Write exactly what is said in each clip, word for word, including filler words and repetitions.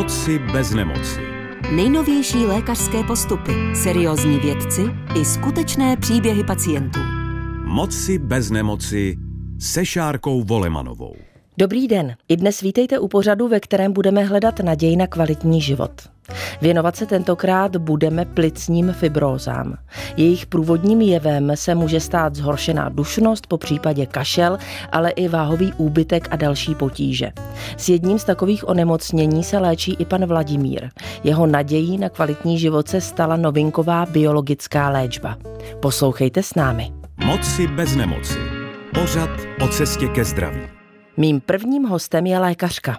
Moci bez nemoci. Nejnovější lékařské postupy, seriózní vědci i skutečné příběhy pacientů. Moci bez nemoci se Šárkou Volemanovou. Dobrý den. I dnes vítejte u pořadu, ve kterém budeme hledat naději na kvalitní život. Věnovat se tentokrát budeme plicním fibrózám. Jejich průvodním jevem se může stát zhoršená dušnost, popřípadě kašel, ale i váhový úbytek a další potíže. S jedním z takových onemocnění se léčí i pan Vladimír. Jeho nadějí na kvalitní život se stala novinková biologická léčba. Poslouchejte s námi. Moci bez nemoci. Pořad o cestě ke zdraví. Mým prvním hostem je lékařka.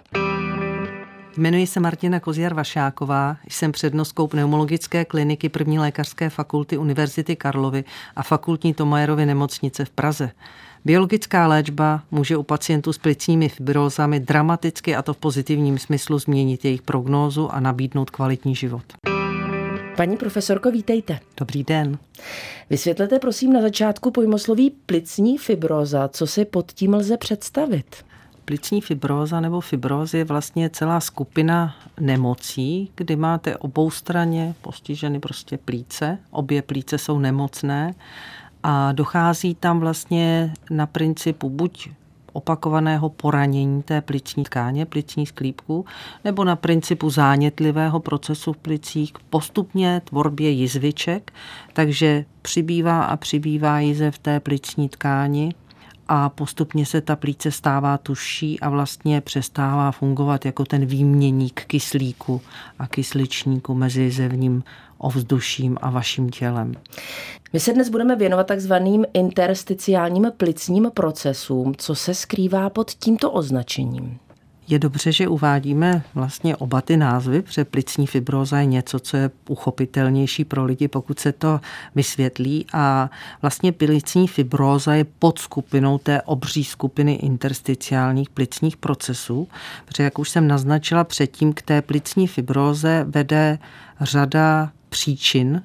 Jmenuji se Martina Kozjar-Vašáková, jsem přednostkou pneumologické kliniky první lékařské fakulty Univerzity Karlovy a fakultní Thomayerovy nemocnice v Praze. Biologická léčba může u pacientů s plicními fibrózami dramaticky, a to v pozitivním smyslu, změnit jejich prognózu a nabídnout kvalitní život. Paní profesorko, vítejte. Dobrý den. Vysvětlete prosím na začátku pojmosloví plicní fibróza. Co si pod tím lze představit? Plicní fibróza nebo fibróz je vlastně celá skupina nemocí, kdy máte oboustranně postiženy prostě plíce. Obě plíce jsou nemocné a dochází tam vlastně na principu buď opakovaného poranění té plicní tkáně, plicní sklípku, nebo na principu zánětlivého procesu v plicích postupně tvorbě jizviček, takže přibývá a přibývá jizev v té plicní tkáni a postupně se ta plíce stává tužší a vlastně přestává fungovat jako ten výměník kyslíku a kysličníku mezi jizevním ovzduším a vaším tělem. My se dnes budeme věnovat takzvaným intersticiálním plicním procesům. Co se skrývá pod tímto označením? Je dobře, že uvádíme vlastně oba ty názvy, protože plicní fibróza je něco, co je uchopitelnější pro lidi, pokud se to vysvětlí. A vlastně plicní fibróza je podskupinou té obří skupiny intersticiálních plicních procesů, protože jak už jsem naznačila předtím, k té plicní fibróze vede řada příčin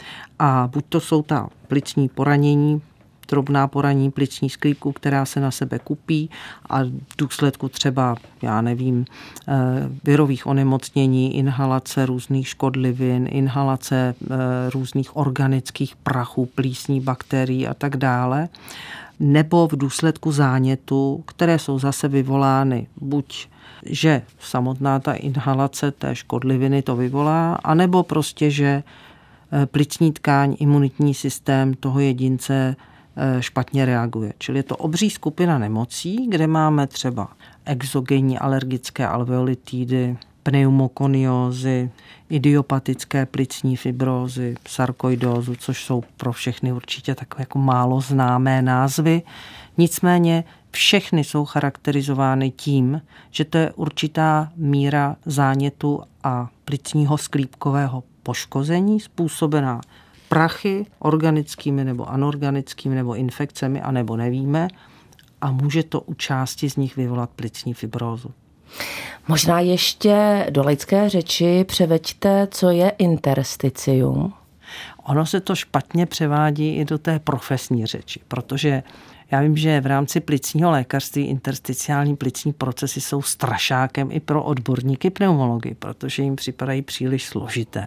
a buď to jsou ta plicní poranění, drobná poranění plicní sklípku, která se na sebe kupí a v důsledku třeba, já nevím, virových onemocnění, inhalace různých škodlivin, inhalace různých organických prachů, plísní, bakterií a tak dále, nebo v důsledku zánětu, které jsou zase vyvolány buď že samotná ta inhalace té škodliviny to vyvolá, anebo prostě, že plicní tkáň, imunitní systém toho jedince špatně reaguje. Čili je to obří skupina nemocí, kde máme třeba exogenní alergické alveolitidy, pneumokoniózy, idiopatické plicní fibrózy, sarkoidózu, což jsou pro všechny určitě takové jako málo známé názvy. Nicméně všechny jsou charakterizovány tím, že to je určitá míra zánětu a plicního sklípkového poškození způsobená prachy organickými nebo anorganickými nebo infekcemi, anebo nevíme, a může to u části z nich vyvolat plicní fibrózu. Možná ještě do laické řeči převeďte, co je intersticium. Ono se to špatně převádí i do té profesní řeči, protože já vím, že v rámci plicního lékařství intersticiální plicní procesy jsou strašákem i pro odborníky pneumology, protože jim připadají příliš složité.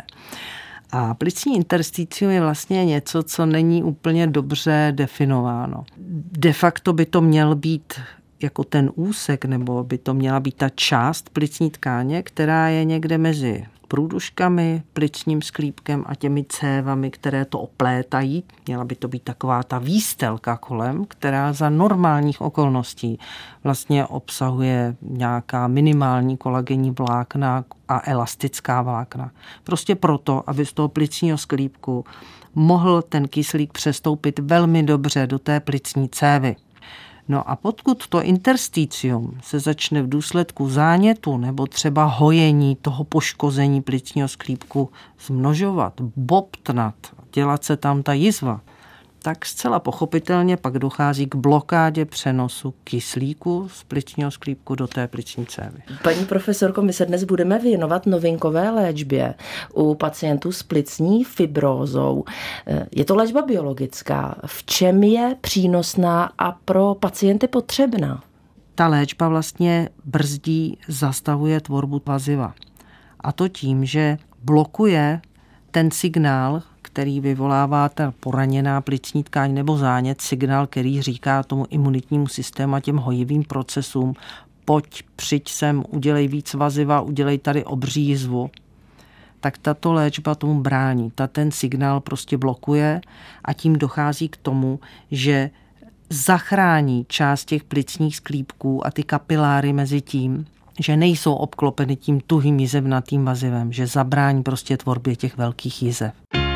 A plicní intersticium je vlastně něco, co není úplně dobře definováno. De facto by to měl být jako ten úsek, nebo by to měla být ta část plicní tkáně, která je někde mezi průduškami, plicním sklípkem a těmi cévami, které to oplétají. Měla by to být taková ta výstelka kolem, která za normálních okolností vlastně obsahuje nějaká minimální kolagenní vlákna a elastická vlákna. Prostě proto, aby z toho plicního sklípku mohl ten kyslík přestoupit velmi dobře do té plicní cévy. No a pokud to intersticium se začne v důsledku zánětu nebo třeba hojení toho poškození plicního sklípku zmnožovat, bobtnat, dělat se tam ta jizva, tak zcela pochopitelně pak dochází k blokádě přenosu kyslíku z plicního sklípku do té plicní cévy. Paní profesorko, my se dnes budeme věnovat novinkové léčbě u pacientů s plicní fibrózou. Je to léčba biologická. V čem je přínosná a pro pacienty potřebná? Ta léčba vlastně brzdí, zastavuje tvorbu vaziva. A to tím, že blokuje ten signál, který vyvolává ta poraněná plicní tkáň nebo zánět, signál, který říká tomu imunitnímu systému a těm hojivým procesům, pojď, přijď sem, udělej víc vaziva, udělej tady obří jizvu. Tak tato léčba tomu brání. Ta ten signál prostě blokuje a tím dochází k tomu, že zachrání část těch plicních sklípků a ty kapiláry mezi tím, že nejsou obklopeny tím tuhým jizevnatým vazivem, že zabrání prostě tvorbě těch velkých jizev.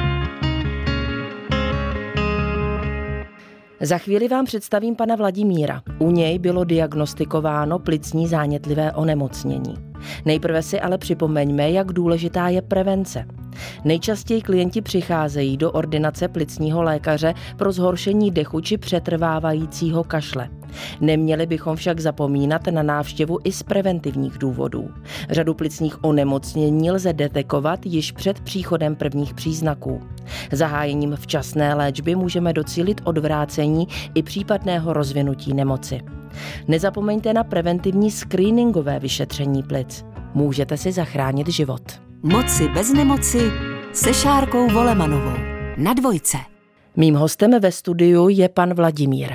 Za chvíli vám představím pana Vladimíra. U něj bylo diagnostikováno plicní zánětlivé onemocnění. Nejprve si ale připomeňme, jak důležitá je prevence. Nejčastěji klienti přicházejí do ordinace plicního lékaře pro zhoršení dechu či přetrvávajícího kašle. Neměli bychom však zapomínat na návštěvu i z preventivních důvodů. Řadu plicních onemocnění lze detekovat již před příchodem prvních příznaků. Zahájením včasné léčby můžeme docílit odvrácení i případného rozvinutí nemoci. Nezapomeňte na preventivní screeningové vyšetření plic. Můžete si zachránit život. Moci bez nemoci se Šárkou Volemanovou na Dvojce. Mým hostem ve studiu je pan Vladimír.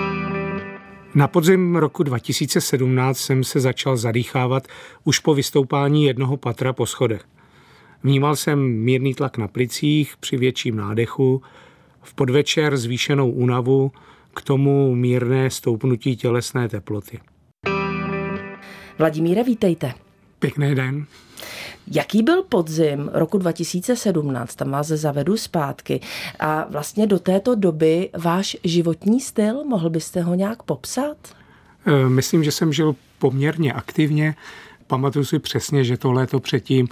Na podzim roku dva tisíce sedmnáct jsem se začal zadýchávat už po vystoupání jednoho patra po schodech. Vnímal jsem mírný tlak na plicích při větším nádechu, v podvečer zvýšenou únavu, k tomu mírné stoupnutí tělesné teploty. Vladimíre, vítejte. Pěkný den. Jaký byl podzim roku dva tisíce sedmnáct? Tam vás zavedu zpátky. A vlastně do této doby váš životní styl, mohl byste ho nějak popsat? Myslím, že jsem žil poměrně aktivně. Pamatuju si přesně, že to léto předtím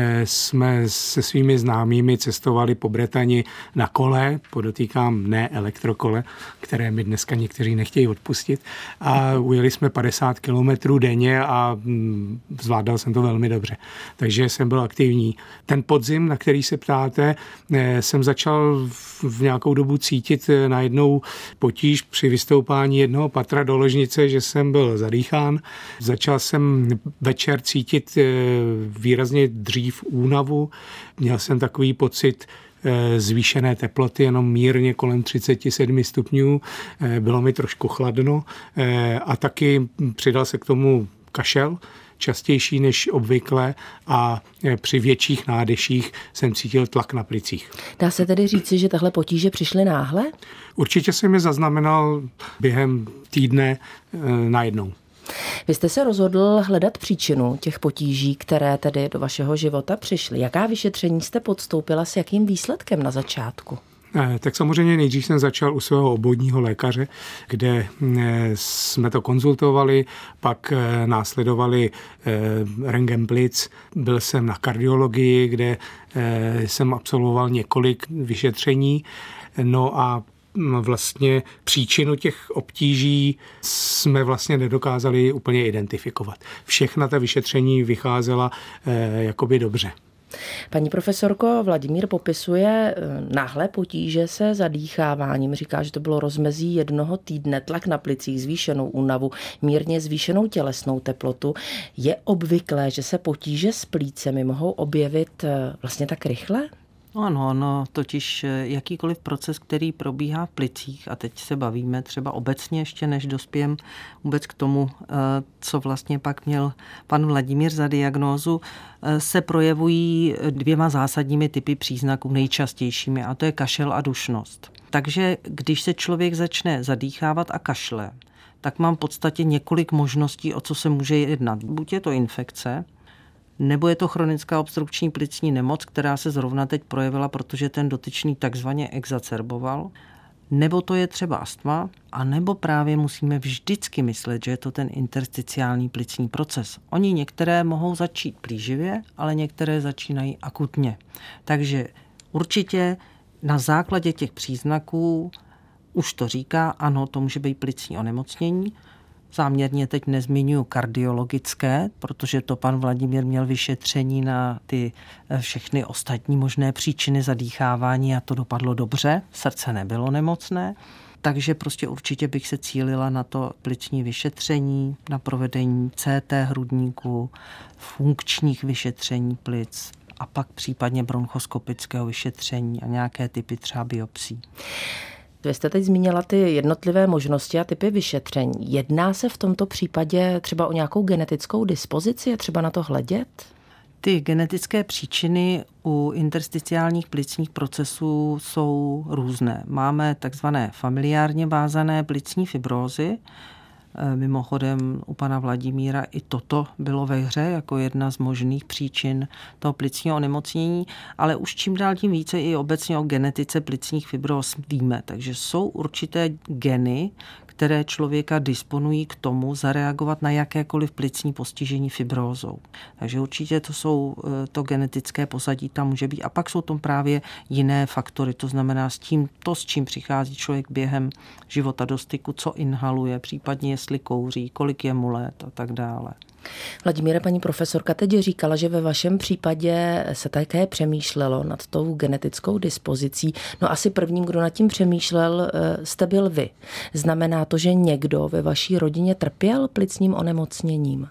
jsme se svými známými cestovali po Bretani na kole, podotýkám ne elektrokole, které mi dneska někteří nechtějí odpustit. A ujeli jsme padesát kilometrů denně a zvládal jsem to velmi dobře. Takže jsem byl aktivní. Ten podzim, na který se ptáte, jsem začal v nějakou dobu cítit najednou potíž při vystoupání jednoho patra do ložnice, že jsem byl zadýchán. Začal jsem večer cítit výrazně dřív únavu. Měl jsem takový pocit zvýšené teploty, jenom mírně kolem třicet sedm stupňů. Bylo mi trošku chladno a taky přidal se k tomu kašel, častější než obvykle a při větších nádeších jsem cítil tlak na plicích. Dá se tedy říci, že tahle potíže přišly náhle? Určitě jsem je zaznamenal během týdne najednou. Vy jste se rozhodl hledat příčinu těch potíží, které tedy do vašeho života přišly. Jaká vyšetření jste podstoupila, s jakým výsledkem na začátku? Tak samozřejmě nejdřív jsem začal u svého obvodního lékaře, kde jsme to konzultovali, pak následovali rentgen plic. Byl jsem na kardiologii, kde jsem absolvoval několik vyšetření. No a vlastně příčinu těch obtíží jsme vlastně nedokázali úplně identifikovat. Všechna ta vyšetření vycházela eh, jakoby dobře. Paní profesorko, Vladimír popisuje náhlé potíže se zadýcháváním. Říká, že to bylo rozmezí jednoho týdne, tlak na plicích, zvýšenou únavu, mírně zvýšenou tělesnou teplotu. Je obvyklé, že se potíže s plícemi mohou objevit vlastně tak rychle? Ano, no, totiž jakýkoliv proces, který probíhá v plicích, a teď se bavíme třeba obecně ještě, než dospějem vůbec k tomu, co vlastně pak měl pan Vladimír za diagnózu, se projevují dvěma zásadními typy příznaků nejčastějšími, a to je kašel a dušnost. Takže když se člověk začne zadýchávat a kašle, tak mám v podstatě několik možností, o co se může jednat. Buď je to infekce, nebo je to chronická obstrukční plicní nemoc, která se zrovna teď projevila, protože ten dotyčný takzvaně exacerboval, nebo to je třeba astma, a nebo právě musíme vždycky myslet, že je to ten intersticiální plicní proces. Oni některé mohou začít plíživě, ale některé začínají akutně. Takže určitě na základě těch příznaků už to říká, ano, to může být plicní onemocnění. Záměrně teď nezmiňuji kardiologické, protože to pan Vladimír měl vyšetření na ty všechny ostatní možné příčiny zadýchávání a to dopadlo dobře, srdce nebylo nemocné. Takže prostě určitě bych se cílila na to plicní vyšetření, na provedení C T hrudníku, funkčních vyšetření plic a pak případně bronchoskopického vyšetření a nějaké typy třeba biopsí. Vy jste teď zmínila ty jednotlivé možnosti a typy vyšetření. Jedná se v tomto případě třeba o nějakou genetickou dispozici? Je třeba na to hledět? Ty genetické příčiny u intersticiálních plicních procesů jsou různé. Máme takzvané familiárně vázané plicní fibrózy. Mimochodem u pana Vladimíra i toto bylo ve hře jako jedna z možných příčin toho plicního onemocnění, ale už čím dál tím více i obecně o genetice plicních fibróz víme. Takže jsou určité geny, které člověka disponují k tomu zareagovat na jakékoliv plicní postižení fibrózou. Takže určitě to jsou to genetické pozadí, tam může být. A pak jsou tam právě jiné faktory, to znamená s tím, to, s čím přichází člověk během života do styku, co inhaluje, případně jestli kouří, kolik je mu let a tak dále. Vladimíre, paní profesorka teď říkala, že ve vašem případě se také přemýšlelo nad tou genetickou dispozicí. No asi prvním, kdo nad tím přemýšlel, jste byl vy. Znamená to, že někdo ve vaší rodině trpěl plicním onemocněním?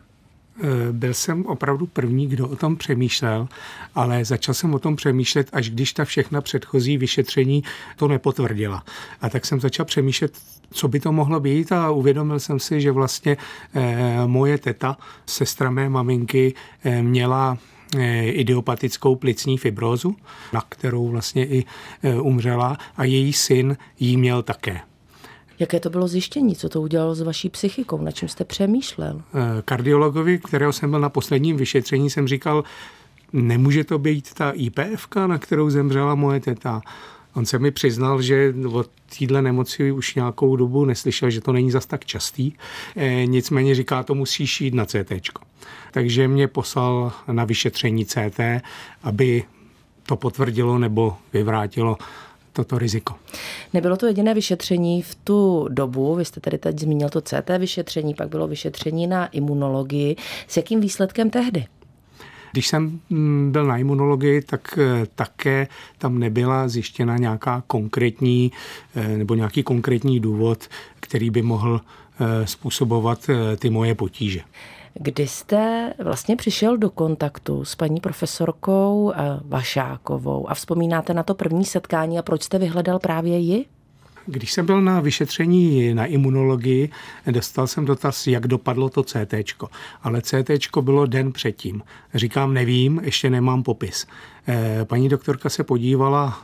Byl jsem opravdu první, kdo o tom přemýšlel, ale začal jsem o tom přemýšlet, až když ta všechna předchozí vyšetření to nepotvrdila. A tak jsem začal přemýšlet, co by to mohlo být a uvědomil jsem si, že vlastně eh, moje teta, sestra mé maminky, eh, měla eh, idiopatickou plicní fibrózu, na kterou vlastně i eh, umřela a její syn ji měl také. Jaké to bylo zjištění? Co to udělalo s vaší psychikou? Na čem jste přemýšlel? Kardiologovi, kterého jsem byl na posledním vyšetření, jsem říkal, nemůže to být ta I P F ka, na kterou zemřela moje teta. On se mi přiznal, že od téhle nemoci už nějakou dobu neslyšel, že to není zas tak častý. E, nicméně říká, to musíš jít na C T čko. Takže mě poslal na vyšetření C T, aby to potvrdilo nebo vyvrátilo toto riziko. Nebylo to jediné vyšetření v tu dobu, vy jste tady teď zmínil to C T vyšetření, pak bylo vyšetření na imunologii. S jakým výsledkem tehdy? Když jsem byl na imunologii, tak také tam nebyla zjištěna nějaká konkrétní nebo nějaký konkrétní důvod, který by mohl způsobovat ty moje potíže. Kdy jste vlastně přišel do kontaktu s paní profesorkou Vašákovou a vzpomínáte na to první setkání a proč jste vyhledal právě ji? Když jsem byl na vyšetření na imunologii, dostal jsem dotaz, jak dopadlo to C T čko. Ale C T čko bylo den předtím. Říkám, nevím, ještě nemám popis. Paní doktorka se podívala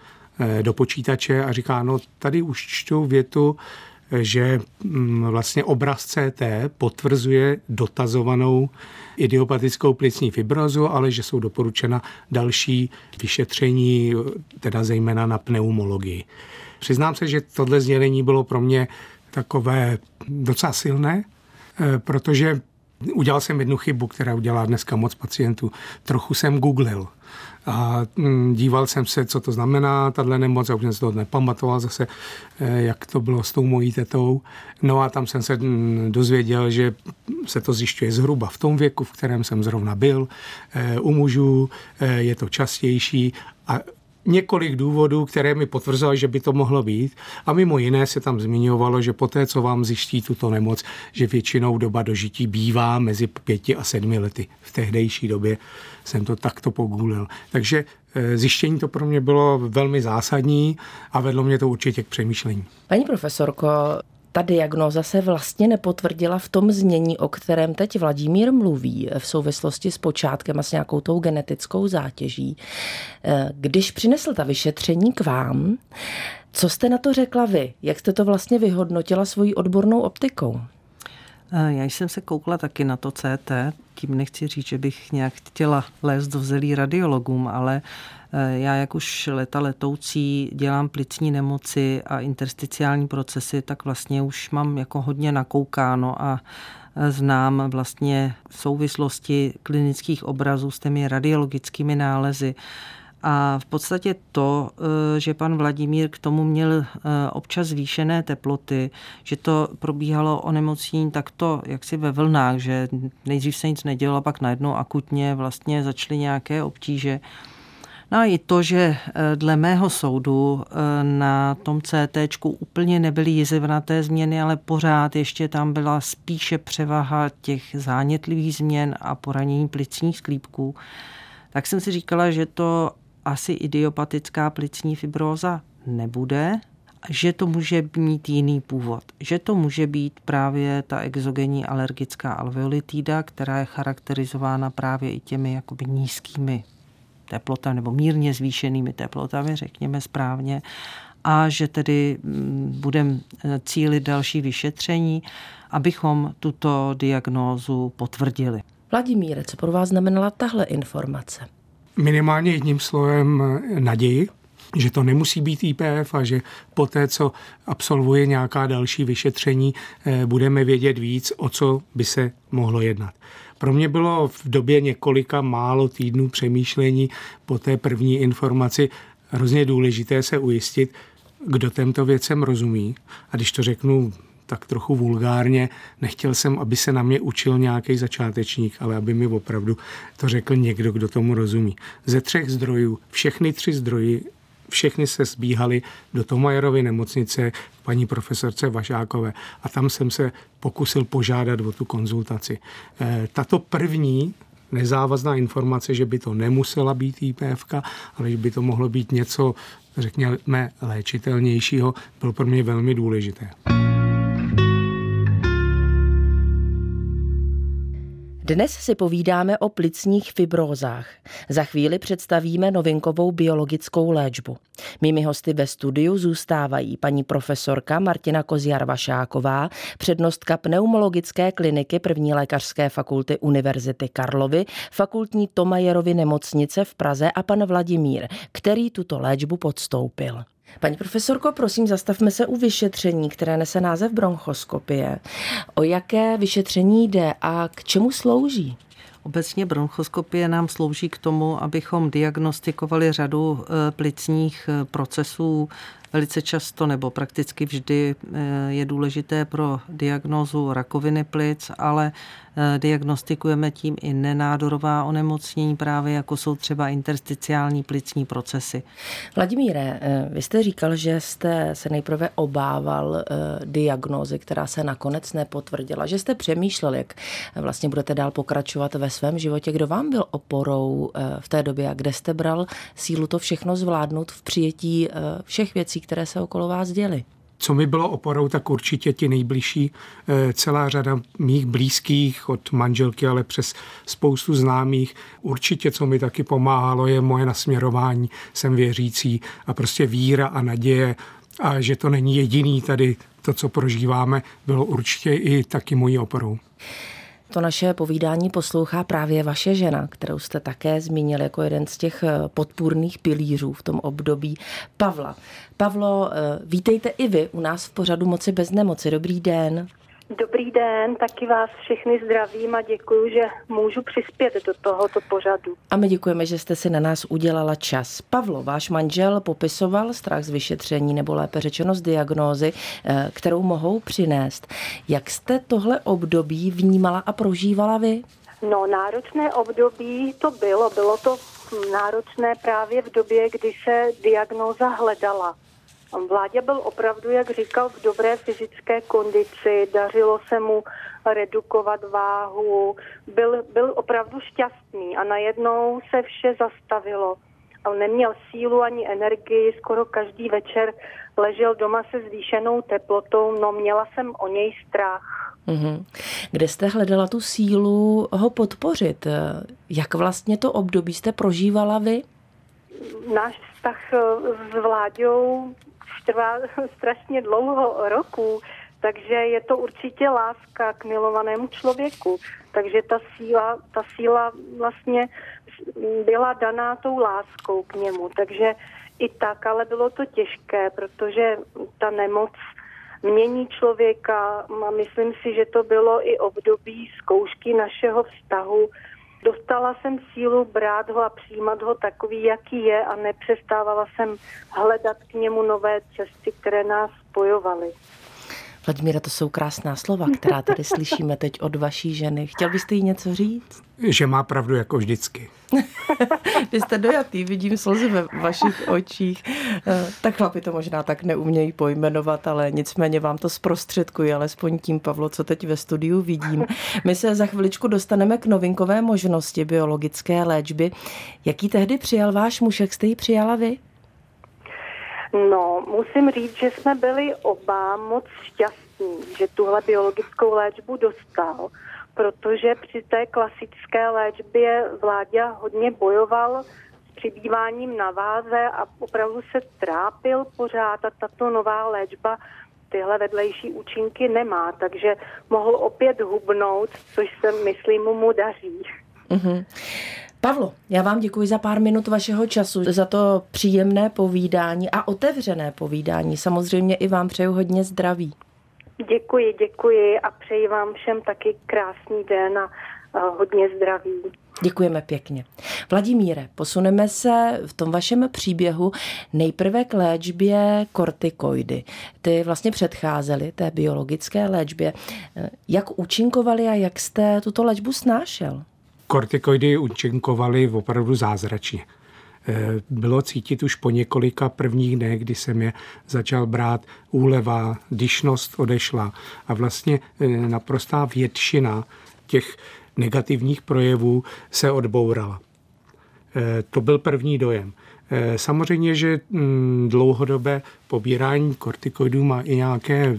do počítače a říká, no tady už čtu větu, že vlastně obraz C T potvrzuje dotazovanou idiopatickou plicní fibrózu, ale že jsou doporučena další vyšetření, teda zejména na pneumologii. Přiznám se, že tohle sdělení bylo pro mě takové docela silné, protože udělal jsem jednu chybu, která udělá dneska moc pacientů. Trochu jsem googlil a díval jsem se, co to znamená, tahle nemoc, a už jsem se toho nepamatoval zase, jak to bylo s tou mojí tetou. No a tam jsem se dozvěděl, že se to zjišťuje zhruba v tom věku, v kterém jsem zrovna byl. U mužů je to častější a několik důvodů, které mi potvrzovaly, že by to mohlo být. A mimo jiné se tam zmiňovalo, že poté, co vám zjiští tuto nemoc, že většinou doba dožití bývá mezi pěti a sedmi lety. V tehdejší době jsem to takto pogooglil. Takže zjištění to pro mě bylo velmi zásadní a vedlo mě to určitě k přemýšlení. Paní profesorko, ta diagnóza se vlastně nepotvrdila v tom znění, o kterém teď Vladimír mluví v souvislosti s počátkem a s nějakou tou genetickou zátěží. Když přinesl ta vyšetření k vám, co jste na to řekla vy? Jak jste to vlastně vyhodnotila svojí odbornou optikou? Já jsem se koukla taky na to C T, tím nechci říct, že bych nějak chtěla lézt do zelí radiologům, ale já, jak už leta letoucí dělám plicní nemoci a intersticiální procesy, tak vlastně už mám jako hodně nakoukáno a znám vlastně souvislosti klinických obrazů s těmi radiologickými nálezy. A v podstatě to, že pan Vladimír k tomu měl občas zvýšené teploty, že to probíhalo onemocnění takto jaksi ve vlnách, že nejdřív se nic nedělo, pak najednou akutně vlastně začaly nějaké obtíže. No a i to, že dle mého soudu na tom cé téčku úplně nebyly jizivnaté změny, ale pořád ještě tam byla spíše převaha těch zánětlivých změn a poranění plicních sklípků, tak jsem si říkala, že to asi idiopatická plicní fibróza nebude, že to může mít jiný původ, že to může být právě ta exogenní alergická alveolitída, která je charakterizována právě i těmi jakoby nízkými teplotami nebo mírně zvýšenými teplotami, řekněme správně, a že tedy budeme cílit další vyšetření, abychom tuto diagnózu potvrdili. Vladimíre, co pro vás znamenala tahle informace? Minimálně jedním slovem naději, že to nemusí být í pé ef a že poté, co absolvuje nějaká další vyšetření, budeme vědět víc, o co by se mohlo jednat. Pro mě bylo v době několika málo týdnů přemýšlení po té první informaci hrozně důležité se ujistit, kdo těmto věcem rozumí. A když to řeknu tak trochu vulgárně, nechtěl jsem, aby se na mě učil nějaký začátečník, ale aby mi opravdu to řekl někdo, kdo tomu rozumí. Ze třech zdrojů, všechny tři zdroji, všechny se sbíhaly do Thomayerovy nemocnice k paní profesorce Vašákové a tam jsem se pokusil požádat o tu konzultaci. Tato první nezávazná informace, že by to nemusela být í pé efka, ale že by to mohlo být něco, řekněme, léčitelnějšího, bylo pro mě velmi důležité. Dnes si povídáme o plicních fibrózách. Za chvíli představíme novinkovou biologickou léčbu. Mými hosty ve studiu zůstávají paní profesorka Martina Kozjar-Vašáková, přednostka pneumologické kliniky první lékařské fakulty Univerzity Karlovy, fakultní Thomayerovy nemocnice v Praze a pan Vladimír, který tuto léčbu podstoupil. Paní profesorko, prosím, zastavme se u vyšetření, které nese název bronchoskopie. O jaké vyšetření jde a k čemu slouží? Obecně bronchoskopie nám slouží k tomu, abychom diagnostikovali řadu plicních procesů. Velice často nebo prakticky vždy je důležité pro diagnózu rakoviny plic, ale diagnostikujeme tím i nenádorová onemocnění, právě jako jsou třeba intersticiální plicní procesy. Vladimíre, vy jste říkal, že jste se nejprve obával diagnózy, která se nakonec nepotvrdila, že jste přemýšlel, jak vlastně budete dál pokračovat ve svém životě. Kdo vám byl oporou v té době a kde jste bral sílu to všechno zvládnout v přijetí všech věcí, které se okolo vás děly? Co mi bylo oporou, tak určitě ti nejbližší. Celá řada mých blízkých, od manželky, ale přes spoustu známých. Určitě, co mi taky pomáhalo, je moje nasměrování. Jsem věřící a prostě víra a naděje. A že to není jediný tady to, co prožíváme, bylo určitě i taky mojí oporou. To naše povídání poslouchá právě vaše žena, kterou jste také zmínil jako jeden z těch podpůrných pilířů v tom období, Pavla. Pavlo, vítejte i vy u nás v pořadu Moci bez nemoci. Dobrý den. Dobrý den, taky vás všechny zdravím a děkuji, že můžu přispět do tohoto pořadu. A my děkujeme, že jste si na nás udělala čas. Pavlo, váš manžel popisoval strach z vyšetření, nebo lépe řečeno z diagnózy, kterou mohou přinést. Jak jste tohle období vnímala a prožívala vy? No, náročné období to bylo. Bylo to náročné právě v době, kdy se diagnóza hledala. Vláďa byl opravdu, jak říkal, v dobré fyzické kondici, dařilo se mu redukovat váhu, byl, byl opravdu šťastný a najednou se vše zastavilo. On neměl sílu ani energii, skoro každý večer ležel doma se zvýšenou teplotou, no měla jsem o něj strach. Mm-hmm. Kde jste hledala tu sílu ho podpořit? Jak vlastně to období jste prožívala vy? Náš vztah s Vláďou trvá strašně dlouho roku, takže je to určitě láska k milovanému člověku. Takže ta síla, ta síla vlastně byla daná tou láskou k němu. Takže i tak, ale bylo to těžké, protože ta nemoc mění člověka a myslím si, že to bylo i období zkoušky našeho vztahu. Dostala jsem sílu brát ho a přijímat ho takový, jaký je a nepřestávala jsem hledat k němu nové cesty, které nás spojovaly. Vladimíra, to jsou krásná slova, která tady slyšíme teď od vaší ženy. Chtěl byste jí něco říct? Že má pravdu jako vždycky. Vy jste dojatý, vidím slzy ve vašich očích. Tak chlapi to možná tak neumějí pojmenovat, ale nicméně vám to zprostředkuji, alespoň tím, Pavlo, co teď ve studiu vidím. My se za chviličku dostaneme k novinkové možnosti biologické léčby. Jaký tehdy přijal váš muž, jak jste ji přijala vy? No, musím říct, že jsme byli oba moc šťastní, že tuhle biologickou léčbu dostal, protože při té klasické léčbě Vláďa hodně bojoval s přibýváním na váze a opravdu se trápil pořád a tato nová léčba tyhle vedlejší účinky nemá, takže mohl opět hubnout, což se, myslím, mu daří. Mm-hmm. Pavlo, já vám děkuji za pár minut vašeho času, za to příjemné povídání a otevřené povídání. Samozřejmě i vám přeju hodně zdraví. Děkuji, děkuji a přeji vám všem taky krásný den a hodně zdraví. Děkujeme pěkně. Vladimíre, posuneme se v tom vašem příběhu nejprve k léčbě kortikoidy. Ty vlastně předcházely té biologické léčbě. Jak účinkovaly a jak jste tuto léčbu snášel? Kortikoidy účinkovaly opravdu zázračně. Bylo cítit už po několika prvních dnech, kdy jsem je začal brát, úleva, dyšnost odešla a vlastně naprostá většina těch negativních projevů se odbourala. To byl první dojem. Samozřejmě, že dlouhodobé pobírání kortikoidů má i nějaké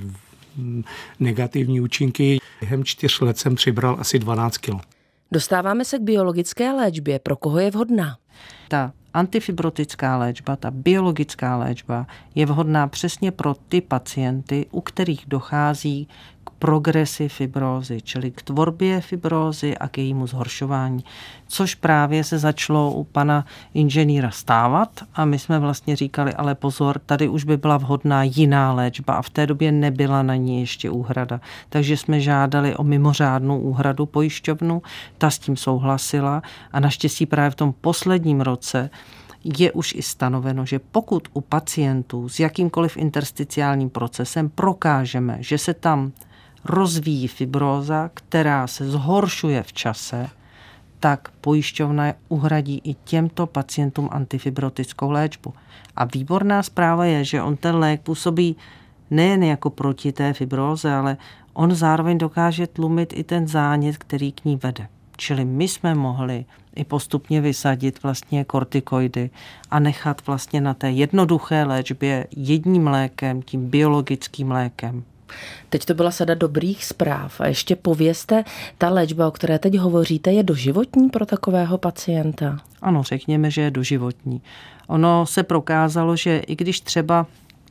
negativní účinky. Během čtyř let jsem přibral asi dvanáct kilo. Dostáváme se k biologické léčbě. Pro koho je vhodná? Ta antifibrotická léčba, ta biologická léčba je vhodná přesně pro ty pacienty, u kterých dochází k progresi fibrózy, čili k tvorbě fibrózy a k jejímu zhoršování, což právě se začalo u pana inženýra stávat a my jsme vlastně říkali, ale pozor, tady už by byla vhodná jiná léčba a v té době nebyla na ní ještě úhrada. Takže jsme žádali o mimořádnou úhradu pojišťovnu, ta s tím souhlasila a naštěstí právě v tom posledním roce je už i stanoveno, že pokud u pacientů s jakýmkoliv intersticiálním procesem prokážeme, že se tam rozvíjí fibróza, která se zhoršuje v čase, tak pojišťovna uhradí i těmto pacientům antifibrotickou léčbu. A výborná zpráva je, že on ten lék působí nejen jako proti té fibróze, ale on zároveň dokáže tlumit i ten zánět, který k ní vede. Čili my jsme mohli i postupně vysadit vlastně kortikoidy a nechat vlastně na té jednoduché léčbě jedním lékem, tím biologickým lékem. Teď to byla sada dobrých zpráv. A ještě povězte, ta léčba, o které teď hovoříte, je doživotní pro takového pacienta? Ano, řekněme, že je doživotní. Ono se prokázalo, že i když třeba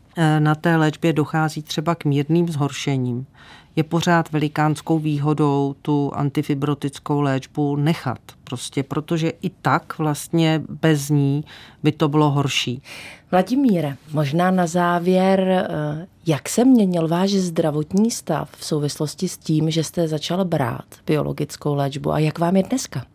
na té léčbě dochází třeba k mírným zhoršením, je pořád velikánskou výhodou tu antifibrotickou léčbu nechat. Prostě protože i tak vlastně bez ní by to bylo horší. Vladimíre, možná na závěr, jak se měnil váš zdravotní stav v souvislosti s tím, že jste začal brát biologickou léčbu a jak vám je dneska?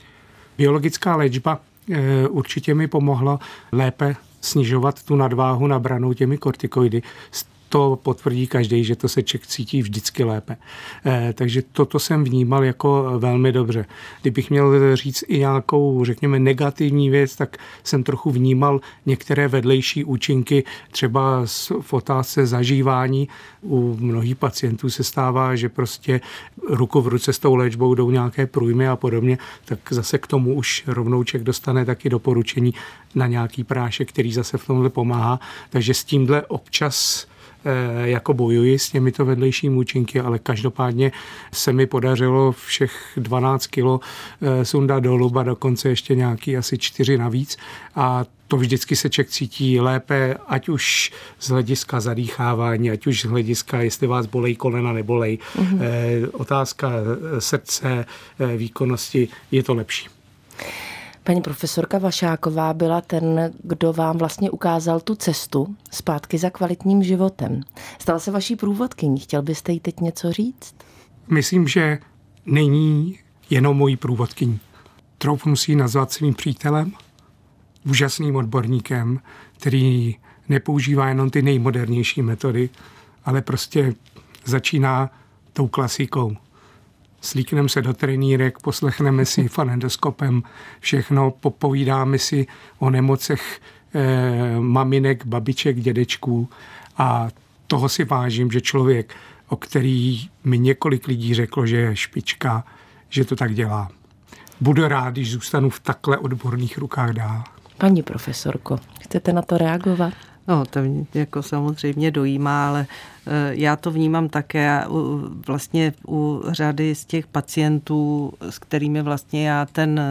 Biologická léčba určitě mi pomohla lépe snižovat tu nadváhu nabranou těmi kortikoidy. To potvrdí každý, že to se člověk cítí vždycky lépe. Eh, takže toto jsem vnímal jako velmi dobře. Kdybych měl říct i nějakou, řekněme, negativní věc, tak jsem trochu vnímal některé vedlejší účinky, třeba v otázce zažívání. U mnohých pacientů se stává, že prostě ruku v ruce s tou léčbou jdou nějaké průjmy a podobně, tak zase k tomu už rovnou člověk dostane taky doporučení na nějaký prášek, který zase v tomhle pomáhá. Takže s tímhle občas jako bojuji s těmito vedlejšími účinky, ale každopádně se mi podařilo všech dvanáct kilo sundat dolů a dokonce ještě nějaký asi čtyři navíc a to vždycky se člověk cítí lépe, ať už z hlediska zadýchávání, ať už z hlediska, jestli vás bolej kolena, nebolej. Mm-hmm. Eh, otázka srdce, eh, výkonnosti, je to lepší. Paní profesorka Vašáková byla ten, kdo vám vlastně ukázal tu cestu zpátky za kvalitním životem. Stala se vaší průvodkyní. Chtěl byste jí teď něco říct? Myslím, že není jenom mojí průvodkyní. Troufnu si ji nazvat svým přítelem, úžasným odborníkem, který nepoužívá jenom ty nejmodernější metody, ale prostě začíná tou klasikou. Slíkneme se do trenýrek, poslechneme si fanendoskopem všechno, popovídáme si o nemocech eh, maminek, babiček, dědečků a toho si vážím, že člověk, o který mi několik lidí řeklo, že je špička, že to tak dělá. Budu rád, když zůstanu v takhle odborných rukách dál. Paní profesorko, chcete na to reagovat? No, to mě jako samozřejmě dojímá, ale já to vnímám také vlastně u řady z těch pacientů, s kterými vlastně já ten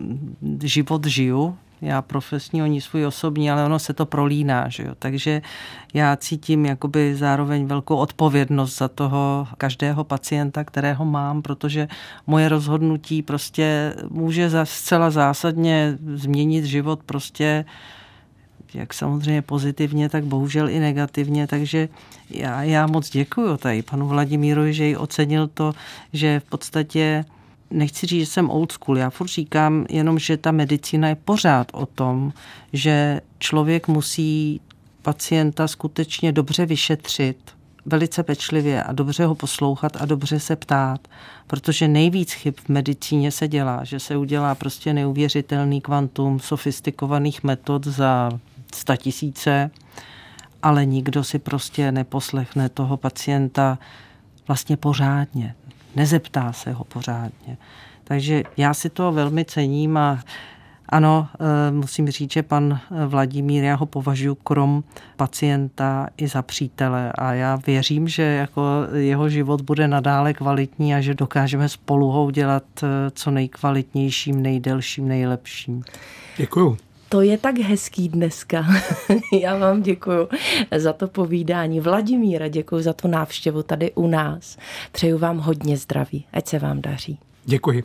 život žiju, já profesní, oni svůj osobní, ale ono se to prolíná, že jo. Takže já cítím jakoby zároveň velkou odpovědnost za toho každého pacienta, kterého mám, protože moje rozhodnutí prostě může zcela zásadně změnit život prostě jak samozřejmě pozitivně, tak bohužel i negativně, takže já, já moc děkuju tady panu Vladimírovi, že ji ocenil to, že v podstatě nechci říct, že jsem old school, já furt říkám jenom, že ta medicína je pořád o tom, že člověk musí pacienta skutečně dobře vyšetřit, velice pečlivě a dobře ho poslouchat a dobře se ptát, protože nejvíc chyb v medicíně se dělá, že se udělá prostě neuvěřitelný kvantum sofistikovaných metod za statisíce, ale nikdo si prostě neposlechne toho pacienta vlastně pořádně. Nezeptá se ho pořádně. Takže já si to velmi cením a ano, musím říct, že pan Vladimír, já ho považuji krom pacienta i za přítele a já věřím, že jako jeho život bude nadále kvalitní a že dokážeme spolu ho udělat co nejkvalitnějším, nejdelším, nejlepším. Děkuju. To je tak hezký dneska. Já vám děkuju za to povídání. Vladimíra, děkuju za tu návštěvu tady u nás. Přeju vám hodně zdraví, ať se vám daří. Děkuji.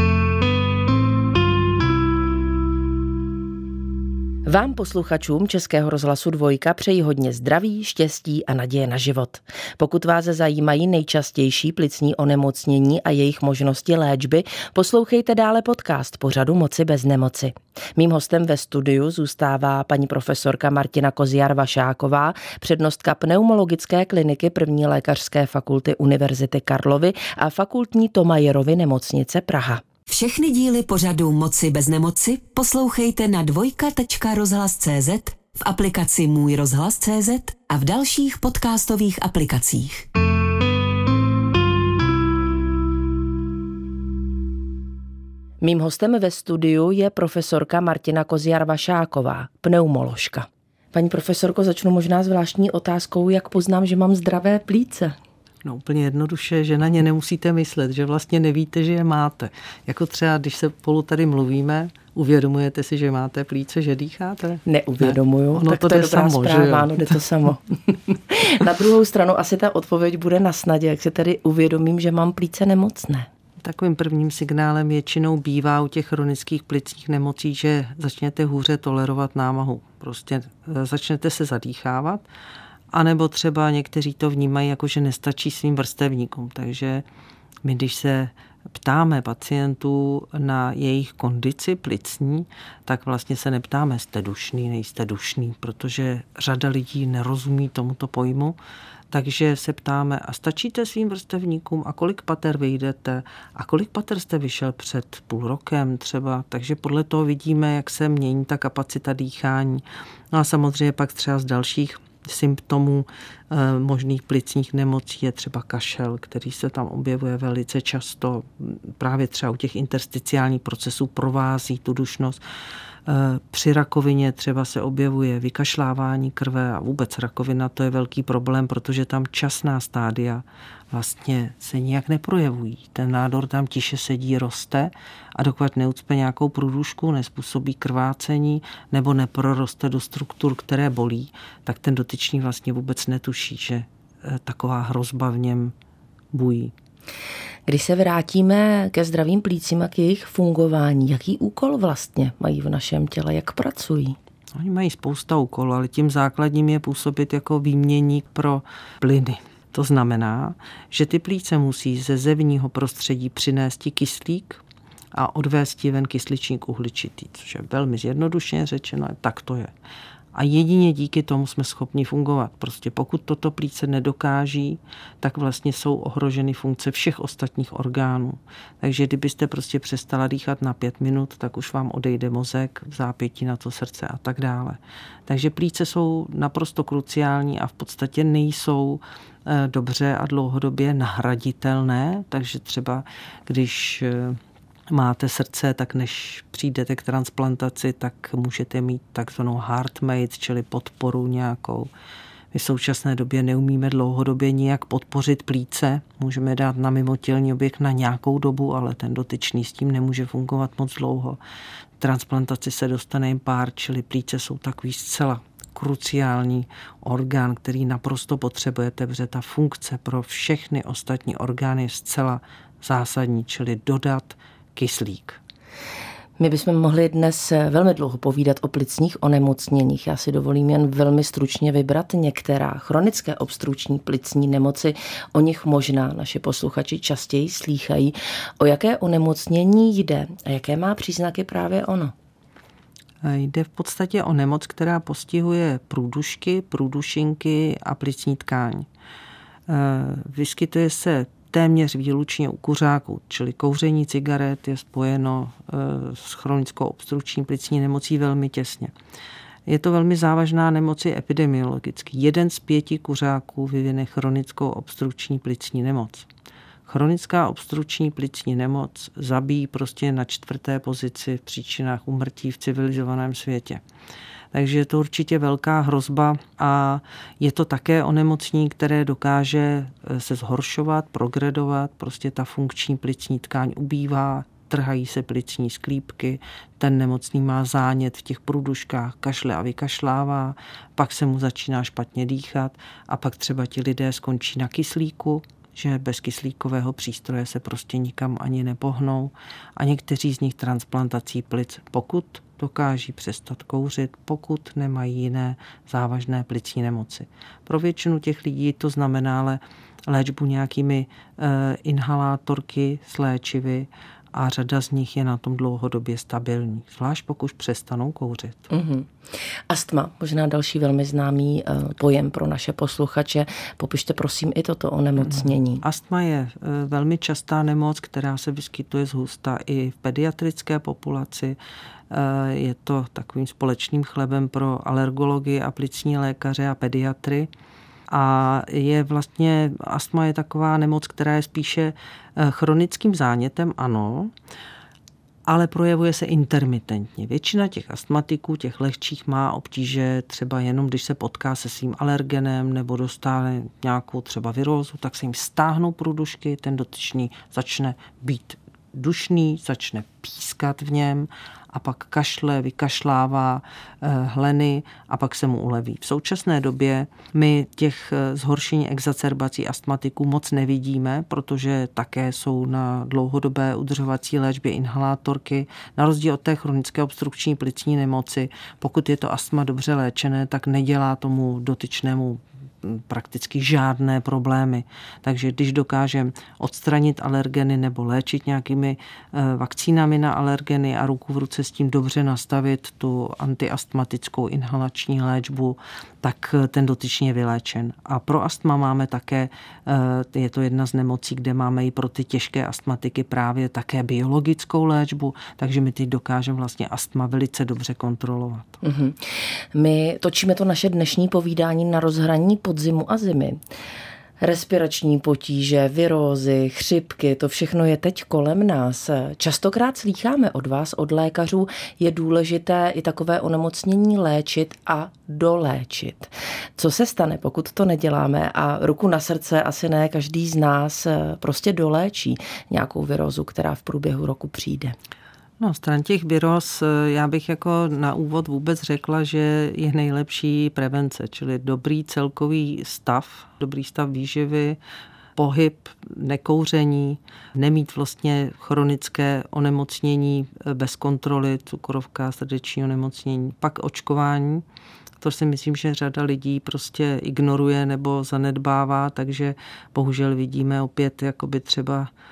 Vám posluchačům Českého rozhlasu Dvojka přeji hodně zdraví, štěstí a naděje na život. Pokud vás zajímají nejčastější plicní onemocnění a jejich možnosti léčby, poslouchejte dále podcast pořadu Moci bez nemoci. Mým hostem ve studiu zůstává paní profesorka Martina Kozjar-Vašáková, přednostka pneumologické kliniky první lékařské fakulty Univerzity Karlovy a fakultní Thomayerovy nemocnice Praha. Všechny díly pořadu Moci bez nemoci poslouchejte na dvojka tečka rozhlas tečka cé zet, v aplikaci Můj rozhlas tečka cé zet a v dalších podcastových aplikacích. Mým hostem ve studiu je profesorka Martina Kozjar-Vašáková, pneumoložka. Paní profesorko, začnu možná zvláštní otázkou, jak poznám, že mám zdravé plíce? No úplně jednoduše, že na ně nemusíte myslet, že vlastně nevíte, že je máte. Jako třeba, když se spolu tady mluvíme, uvědomujete si, že máte plíce, že dýcháte? Neuvědomuju, ne? Tak to, to je jde dobrá samo, zpráva, ano, jde to samo. Na druhou stranu asi ta odpověď bude na snadě, jak se tedy uvědomím, že mám plíce nemocné. Takovým prvním signálem většinou bývá u těch chronických plicních nemocí, že začnete hůře tolerovat námahu. Prostě začnete se zadýchávat. A nebo třeba někteří to vnímají jako, že nestačí svým vrstevníkům. Takže my, když se ptáme pacientů na jejich kondici plicní, tak vlastně se neptáme, jste dušný, nejste dušný, protože řada lidí nerozumí tomuto pojmu. Takže se ptáme, a stačíte svým vrstevníkům a kolik pater vyjdete a kolik pater jste vyšel před půl rokem třeba. Takže podle toho vidíme, jak se mění ta kapacita dýchání. No a samozřejmě pak třeba z dalších symptomů e, možných plicních nemocí je třeba kašel, který se tam objevuje velice často. Právě třeba u těch intersticiálních procesů provází tu dušnost. E, při rakovině třeba se objevuje vykašlávání krve a vůbec rakovina, to je velký problém, protože tam časná stádia vlastně se nijak neprojevují. Ten nádor tam tiše sedí, roste a dokud neucpe nějakou průdušku, nespůsobí krvácení nebo neproroste do struktur, které bolí, tak ten dotyčný vlastně vůbec netuší, že taková hrozba v něm bují. Když se vrátíme ke zdravým plícím a k jejich fungování, jaký úkol vlastně mají v našem těle, jak pracují? Oni mají spousta úkolů, ale tím základním je působit jako výměník pro plyny. To znamená, že ty plíce musí ze zevního prostředí přinést kyslík a odvést ven kysličník uhličitý, což je velmi zjednodušeně řečeno, tak to je. A jedině díky tomu jsme schopni fungovat. Prostě pokud toto plíce nedokáží, tak vlastně jsou ohroženy funkce všech ostatních orgánů. Takže kdybyste prostě přestala dýchat na pět minut, tak už vám odejde mozek, v zápětí na to srdce a tak dále. Takže plíce jsou naprosto kruciální a v podstatě nejsou dobře a dlouhodobě nahraditelné. Takže třeba když máte srdce, tak než přijdete k transplantaci, tak můžete mít takzvanou HeartMate, čili podporu nějakou. My v současné době neumíme dlouhodobě nijak podpořit plíce. Můžeme dát na mimotělní objekt na nějakou dobu, ale ten dotyčný s tím nemůže fungovat moc dlouho. Transplantaci se dostane jen pár, čili plíce jsou takový zcela kruciální orgán, který naprosto potřebujete, protože ta funkce pro všechny ostatní orgány je zcela zásadní, čili dodat kyslík. My bychom mohli dnes velmi dlouho povídat o plicních onemocněních. Já si dovolím jen velmi stručně vybrat některá. Chronické obstrukční plicní nemoci, o nich možná naši posluchači častěji slýchají. O jaké onemocnění jde a jaké má příznaky právě ono? Jde v podstatě o nemoc, která postihuje průdušky, průdušinky a plicní tkáň. Vyskytuje se téměř výlučně u kuřáků, čili kouření cigaret je spojeno s chronickou obstrukční plicní nemocí velmi těsně. Je to velmi závažná nemoc epidemiologicky. Jeden z pěti kuřáků vyvine chronickou obstrukční plicní nemoc. Chronická obstrukční plicní nemoc zabíjí prostě na čtvrté pozici v příčinách úmrtí v civilizovaném světě. Takže je to určitě velká hrozba a je to také onemocnění, které dokáže se zhoršovat, progredovat, prostě ta funkční plicní tkáň ubývá, trhají se plicní sklípky, ten nemocný má zánět v těch průduškách, kašle a vykašlává, pak se mu začíná špatně dýchat a pak třeba ti lidé skončí na kyslíku, že bez kyslíkového přístroje se prostě nikam ani nepohnou a někteří z nich transplantací plic, pokud dokáží přestat kouřit, pokud nemají jiné závažné plicní nemoci. Pro většinu těch lidí to znamená ale léčbu nějakými e, inhalátorky s léčivy a řada z nich je na tom dlouhodobě stabilní, zvlášť pokud přestanou kouřit. Mm-hmm. Astma, možná další velmi známý uh, pojem pro naše posluchače. Popište prosím i toto onemocnění. Mm. Astma je uh, velmi častá nemoc, která se vyskytuje zhusta i v pediatrické populaci. Uh, je to takovým společným chlebem pro alergologii a plicní lékaře a pediatry. A je vlastně, astma je taková nemoc, která je spíše chronickým zánětem, ano, ale projevuje se intermitentně. Většina těch astmatiků, těch lehčích, má obtíže třeba jenom, když se potká se svým alergenem nebo dostane nějakou třeba virózu, tak se jim stáhnou průdušky, ten dotyčný začne být dušný, začne pískat v něm a pak kašle, vykašlává hleny a pak se mu uleví. V současné době my těch zhoršení exacerbací astmatiků moc nevidíme, protože také jsou na dlouhodobé udržovací léčbě inhalátorky. Na rozdíl od té chronické obstrukční plicní nemoci, pokud je to astma dobře léčené, tak nedělá tomu dotyčnému prakticky žádné problémy. Takže když dokážeme odstranit alergeny nebo léčit nějakými vakcínami na alergeny a ruku v ruce s tím dobře nastavit tu antiastmatickou inhalační léčbu, tak ten dotyčný je vyléčen. A pro astma máme také, je to jedna z nemocí, kde máme i pro ty těžké astmatiky právě také biologickou léčbu, takže my teď dokážeme vlastně astma velice dobře kontrolovat. Mm-hmm. My točíme to naše dnešní povídání na rozhraní podzimu a zimy. Respirační potíže, virózy, chřipky, to všechno je teď kolem nás. Častokrát slýcháme od vás, od lékařů, je důležité i takové onemocnění léčit a doléčit. Co se stane, pokud to neděláme a ruku na srdce asi ne každý z nás prostě doléčí nějakou virózu, která v průběhu roku přijde? No, stran těch viróz, já bych jako na úvod vůbec řekla, že je nejlepší prevence, čili dobrý celkový stav, dobrý stav výživy, pohyb, nekouření, nemít vlastně chronické onemocnění bez kontroly, cukrovka, srdeční onemocnění, pak očkování. To si myslím, že řada lidí prostě ignoruje nebo zanedbává, takže bohužel vidíme opět jakoby třeba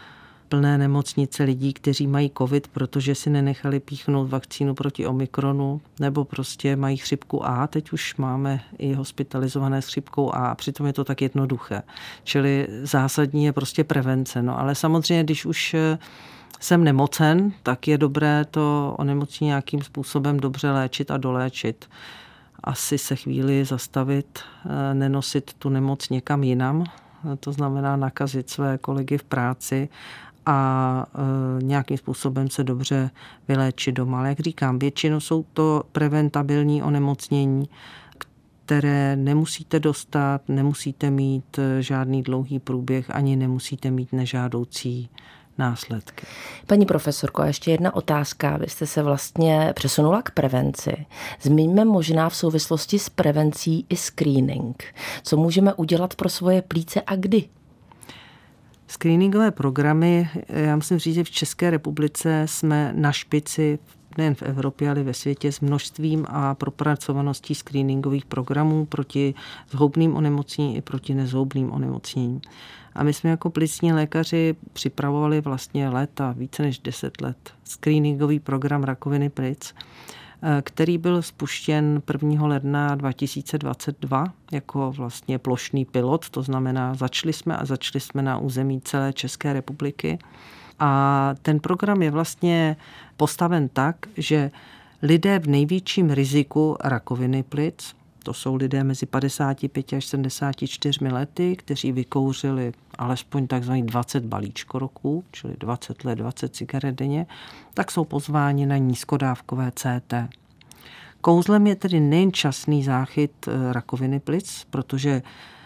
plné nemocnice lidí, kteří mají covid, protože si nenechali píchnout vakcínu proti omikronu, nebo prostě mají chřipku A. Teď už máme i hospitalizované s chřipkou A, a přitom je to tak jednoduché. Čili zásadní je prostě prevence. No, ale samozřejmě, když už jsem nemocen, tak je dobré to onemocnění nějakým způsobem dobře léčit a doléčit. Asi se chvíli zastavit, nenosit tu nemoc někam jinam, to znamená nakazit své kolegy v práci a e, nějakým způsobem se dobře vyléčit doma. Ale jak říkám, většinou jsou to preventabilní onemocnění, které nemusíte dostat, nemusíte mít žádný dlouhý průběh, ani nemusíte mít nežádoucí následky. Paní profesorko, a ještě jedna otázka. Vy jste se vlastně přesunula k prevenci. Zmiňme možná v souvislosti s prevencí i screening. Co můžeme udělat pro svoje plíce a kdy? Screeningové programy, já musím říct, že v České republice jsme na špici nejen v Evropě, ale ve světě s množstvím a propracovaností screeningových programů proti zhoubným onemocněním i proti nezhoubným onemocněním. A my jsme jako plicní lékaři připravovali vlastně léta, více než deset let, screeningový program rakoviny plic, který byl spuštěn prvního ledna dva tisíce dvacet dva jako vlastně plošný pilot, to znamená začali jsme a začali jsme na území celé České republiky. A ten program je vlastně postaven tak, že lidé v největším riziku rakoviny plic, to jsou lidé mezi padesáti pěti až sedmdesáti čtyřmi lety, kteří vykouřili alespoň takzvaných dvacet balíčkoroků, čili dvacet let, dvacet cigaret denně, tak jsou pozváni na nízkodávkové C T. Kouzlem je tedy nejen časný záchyt rakoviny plic, protože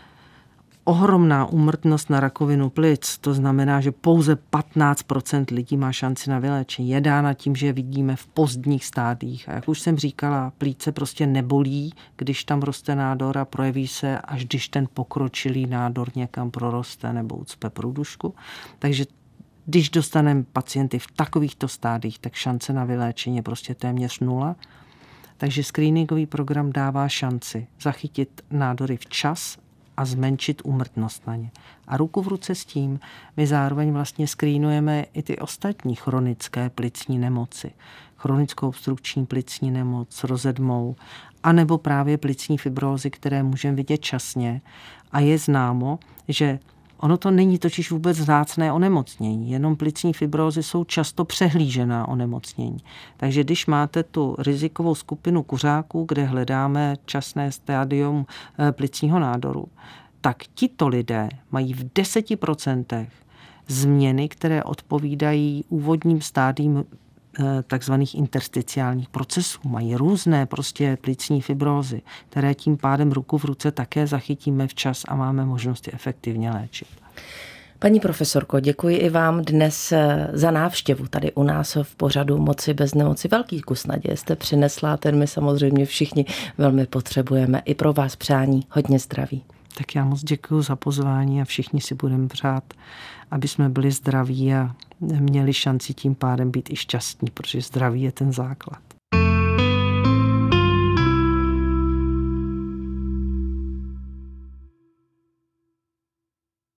ohromná úmrtnost na rakovinu plic, to znamená, že pouze patnáct procent lidí má šanci na vyléčení. Je dána tím, že vidíme v pozdních stádiích. A jak už jsem říkala, plíce prostě nebolí, když tam roste nádor a projeví se, až když ten pokročilý nádor někam proroste nebo ucpe průdušku. Takže když dostaneme pacienty v takovýchto stádiích, tak šance na vyléčení je prostě téměř nula. Takže screeningový program dává šanci zachytit nádory včas a zmenšit úmrtnost na ně. A ruku v ruce s tím my zároveň vlastně screenujeme i ty ostatní chronické plicní nemoci. Chronickou obstrukční plicní nemoc, rozedmou, anebo právě plicní fibrózy, které můžeme vidět časně. A je známo, že ono to není totiž vůbec vzácné onemocnění, jenom plicní fibrózy jsou často přehlížená onemocnění. Takže když máte tu rizikovou skupinu kuřáků, kde hledáme časné stádium plicního nádoru, tak tito lidé mají v deseti procentech změny, které odpovídají úvodním stádiím takzvaných intersticiálních procesů. Mají různé prostě plicní fibrózy, které tím pádem ruku v ruce také zachytíme včas a máme možnost je efektivně léčit. Paní profesorko, děkuji i vám dnes za návštěvu tady u nás v pořadu Moci bez nemoci. Velký kus naděje jste přinesla, ten my samozřejmě všichni velmi potřebujeme. I pro vás přání hodně zdraví. Tak já moc děkuji za pozvání a všichni si budeme přát, aby jsme byli zdraví a měli šanci tím pádem být i šťastní, protože zdraví je ten základ.